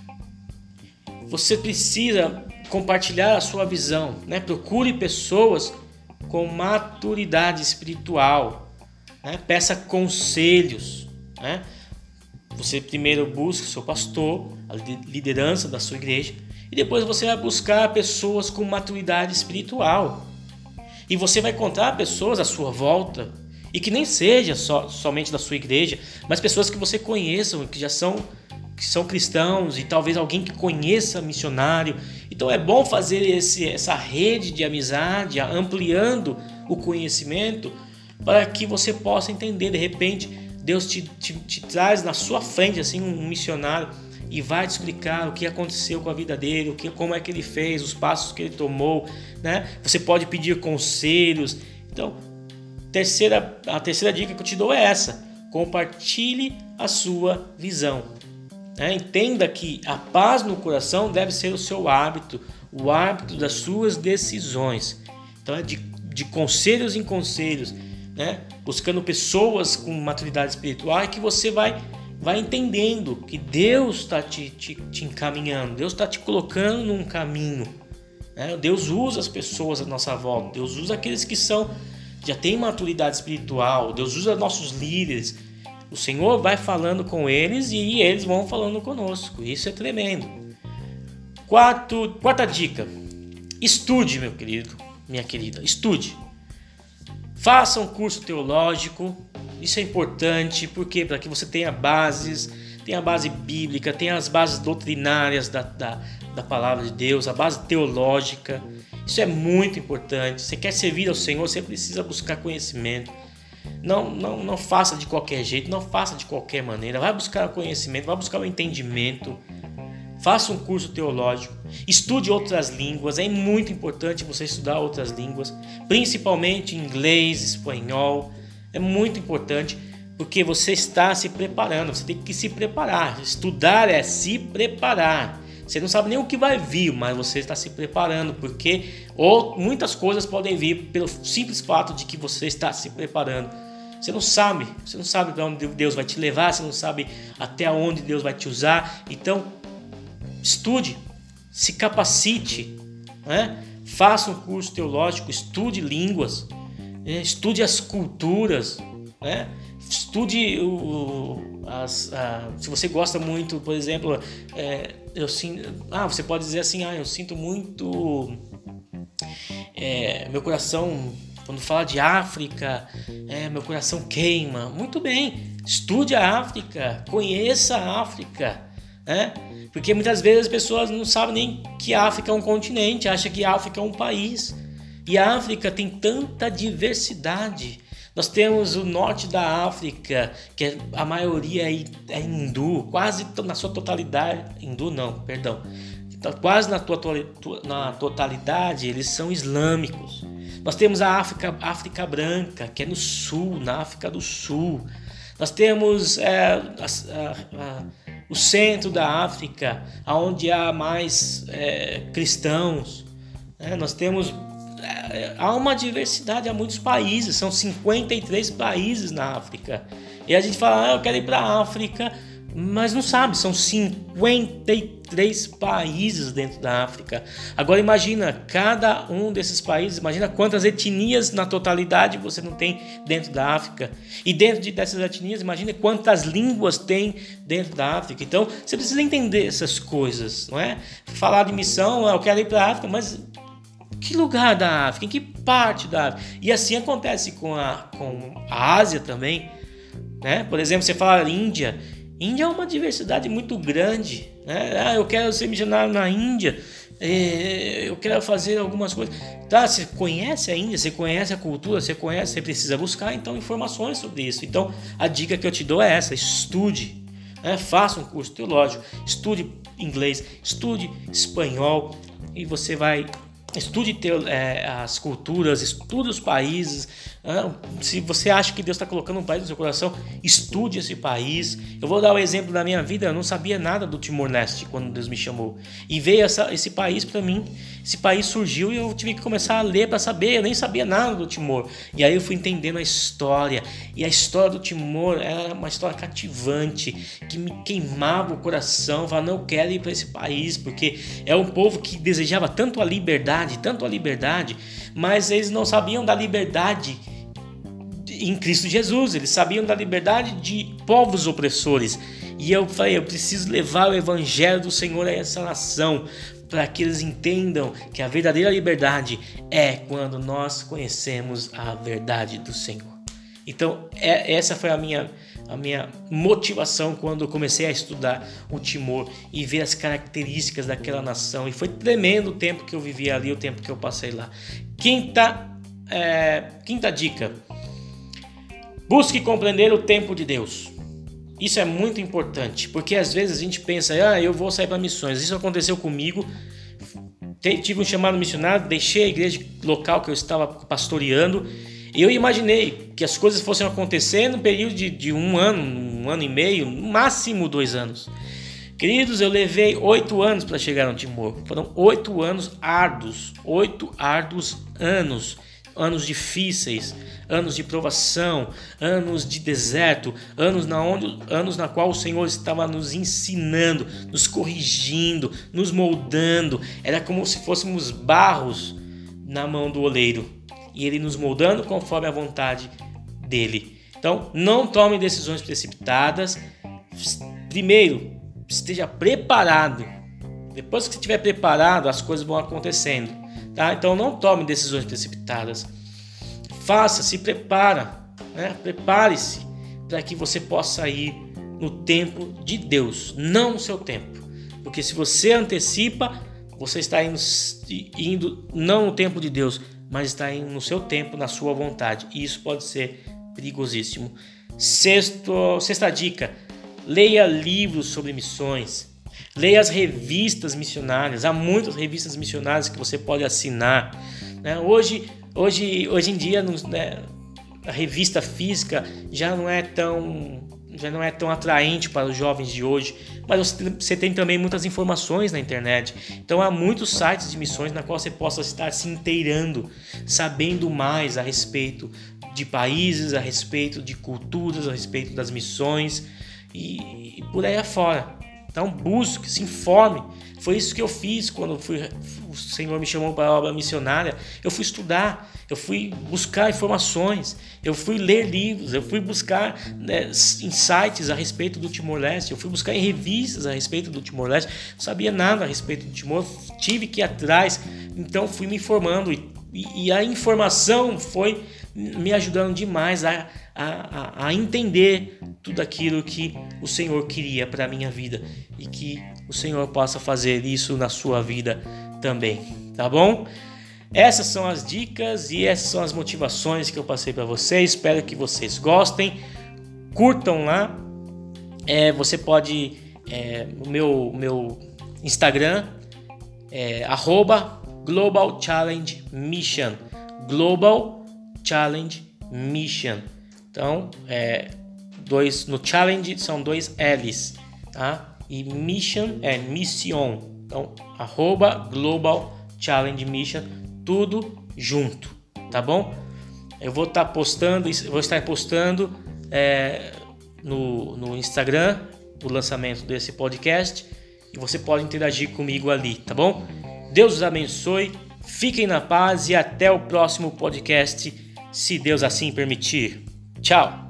Você precisa compartilhar a sua visão, né? Procure pessoas com maturidade espiritual, né? Peça conselhos, né? Você primeiro busca o seu pastor, a liderança da sua igreja, e depois você vai buscar pessoas com maturidade espiritual. E você vai encontrar pessoas à sua volta, e que nem seja só, somente da sua igreja, mas pessoas que você conheça, que já são, que são cristãos, e talvez alguém que conheça missionário. Então é bom fazer esse, essa rede de amizade, ampliando o conhecimento, para que você possa entender. De repente, Deus te, te, te traz na sua frente assim, um missionário, e vai te explicar o que aconteceu com a vida dele, o que, como é que ele fez, os passos que ele tomou, né? Você pode pedir conselhos. Então, terceira, a terceira dica que eu te dou é essa: compartilhe a sua visão. Né? Entenda que a paz no coração deve ser o seu hábito, o hábito das suas decisões. Então, é de, de conselhos em conselhos, né? Buscando pessoas com maturidade espiritual, é que você vai Vai entendendo que Deus está te, te, te encaminhando, Deus está te colocando num caminho. Né? Deus usa as pessoas à nossa volta, Deus usa aqueles que são, já têm maturidade espiritual, Deus usa nossos líderes. O Senhor vai falando com eles e eles vão falando conosco. Isso é tremendo. Quarto, quarta dica: estude, meu querido, minha querida, estude. Faça um curso teológico. Isso é importante, porque para que você tenha bases, tenha a base bíblica, tenha as bases doutrinárias da, da, da palavra de Deus, a base teológica. Isso é muito importante. Você quer servir ao Senhor, você precisa buscar conhecimento. Não, não, não faça de qualquer jeito, não faça de qualquer maneira. Vai buscar conhecimento, vai buscar o entendimento. Faça um curso teológico. Estude outras línguas. É muito importante você estudar outras línguas, principalmente inglês, espanhol. É muito importante, porque você está se preparando, você tem que se preparar. Estudar é se preparar. Você não sabe nem o que vai vir, mas você está se preparando, porque ou muitas coisas podem vir pelo simples fato de que você está se preparando. Você não sabe, você não sabe para onde Deus vai te levar, você não sabe até onde Deus vai te usar. Então, estude, se capacite, né? Faça um curso teológico, estude línguas. Estude as culturas, né? Estude o, as, a, se você gosta muito, por exemplo, é, eu sinto, ah, você pode dizer assim, ah, eu sinto muito, é, meu coração, quando fala de África, é, meu coração queima. Muito bem, estude a África, conheça a África, né? Porque muitas vezes as pessoas não sabem nem que a África é um continente, acham que a África é um país. E a África tem tanta diversidade. Nós temos o norte da África, que é, a maioria é, é hindu, quase na sua totalidade. Hindu não, perdão. Quase na, tua, na totalidade eles são islâmicos. Nós temos a África, África Branca, que é no sul, na África do Sul. Nós temos é, a, a, a, o centro da África, onde há mais é, cristãos. É, nós temos... Há uma diversidade, há muitos países, são cinquenta e três países na África. E a gente fala, ah, eu quero ir para a África, mas não sabe, são cinquenta e três países dentro da África. Agora imagina, cada um desses países, imagina quantas etnias na totalidade você não tem dentro da África. E dentro de, dessas etnias, imagina quantas línguas tem dentro da África. Então, você precisa entender essas coisas, não é? Falar de missão, eu quero ir para a África, mas... que lugar da África? Em que parte da África? E assim acontece com a, com a Ásia também, né? Por exemplo, você fala Índia. Índia é uma diversidade muito grande, né? Ah, eu quero ser missionário na Índia, é, eu quero fazer algumas coisas. Tá, você conhece a Índia, você conhece a cultura, você conhece, você precisa buscar então informações sobre isso. Então, a dica que eu te dou é essa: estude, né? Faça um curso teológico, estude inglês, estude espanhol e você vai... Estude teo, é, as culturas, estude os países. Ah, se você acha que Deus está colocando um país no seu coração, estude esse país. Eu vou dar o exemplo da minha vida. Eu não sabia nada do Timor-Leste quando Deus me chamou. E veio essa, esse país para mim. Esse país surgiu e eu tive que começar a ler para saber. Eu nem sabia nada do Timor. E aí eu fui entendendo a história. E a história do Timor era uma história cativante, que me queimava o coração. Eu falava, não, eu quero ir para esse país, porque é um povo que desejava tanto a liberdade, tanto a liberdade, mas eles não sabiam da liberdade em Cristo Jesus. Eles sabiam da liberdade de povos opressores. E eu falei, eu preciso levar o evangelho do Senhor a essa nação, para que eles entendam que a verdadeira liberdade é quando nós conhecemos a verdade do Senhor. Então, é, essa foi a minha, a minha motivação quando eu comecei a estudar o Timor e ver as características daquela nação. E foi tremendo o tempo que eu vivi ali, o tempo que eu passei lá. Quinta, é, quinta dica: busque compreender o tempo de Deus. Isso é muito importante, porque às vezes a gente pensa, ah, eu vou sair para missões. Isso aconteceu comigo. Tive um chamado missionário, deixei a igreja local que eu estava pastoreando. E eu imaginei que as coisas fossem acontecer no período de, de um ano, um ano e meio, no máximo dois anos. Queridos, eu levei oito anos para chegar no Timor. Foram oito anos árduos, oito árduos anos. Anos difíceis, anos de provação, anos de deserto, anos na, onde, anos na qual o Senhor estava nos ensinando, nos corrigindo, nos moldando. Era como se fôssemos barros na mão do oleiro e Ele nos moldando conforme a vontade dEle. Então, não tome decisões precipitadas. Primeiro, esteja preparado. Depois que você estiver preparado, as coisas vão acontecendo. Tá? Então não tome decisões precipitadas. Faça, se prepara, né? Prepare-se para que você possa ir no tempo de Deus, não no seu tempo. Porque se você antecipa, você está indo, indo não no tempo de Deus, mas está indo no seu tempo, na sua vontade. E isso pode ser perigosíssimo. Sexto, sexta dica: leia livros sobre missões. Leia as revistas missionárias. Há muitas revistas missionárias que você pode assinar, né? Hoje, hoje, hoje em dia, né, a revista física já não é tão, já não é tão atraente para os jovens de hoje, mas você tem também muitas informações na internet. Então há muitos sites de missões na qual você possa estar se inteirando, sabendo mais a respeito de países, a respeito de culturas, a respeito das missões e, e por aí afora. Então busque, se informe. Foi isso que eu fiz quando fui, o Senhor me chamou para a obra missionária. Eu fui estudar, eu fui buscar informações, eu fui ler livros, eu fui buscar, né, insights a respeito do Timor-Leste, eu fui buscar em revistas a respeito do Timor-Leste. Não sabia nada a respeito do Timor, tive que ir atrás, então fui me informando e, e, e a informação foi me ajudando demais a, a, a entender tudo aquilo que o Senhor queria para a minha vida e que o Senhor possa fazer isso na sua vida também, tá bom? Essas são as dicas e essas são as motivações que eu passei para vocês. Espero que vocês gostem, curtam lá. É, você pode, é, o meu, meu Instagram é arroba Global Challenge Mission, Global Challenge Mission. Então, é, dois, no challenge são dois L's, tá? E mission é mission. Então, arroba Global Challenge Mission, tudo junto, tá bom? Eu vou estar postando, vou estar postando é, no, no Instagram o lançamento desse podcast e você pode interagir comigo ali, tá bom? Deus os abençoe, fiquem na paz e até o próximo podcast, se Deus assim permitir. Tchau!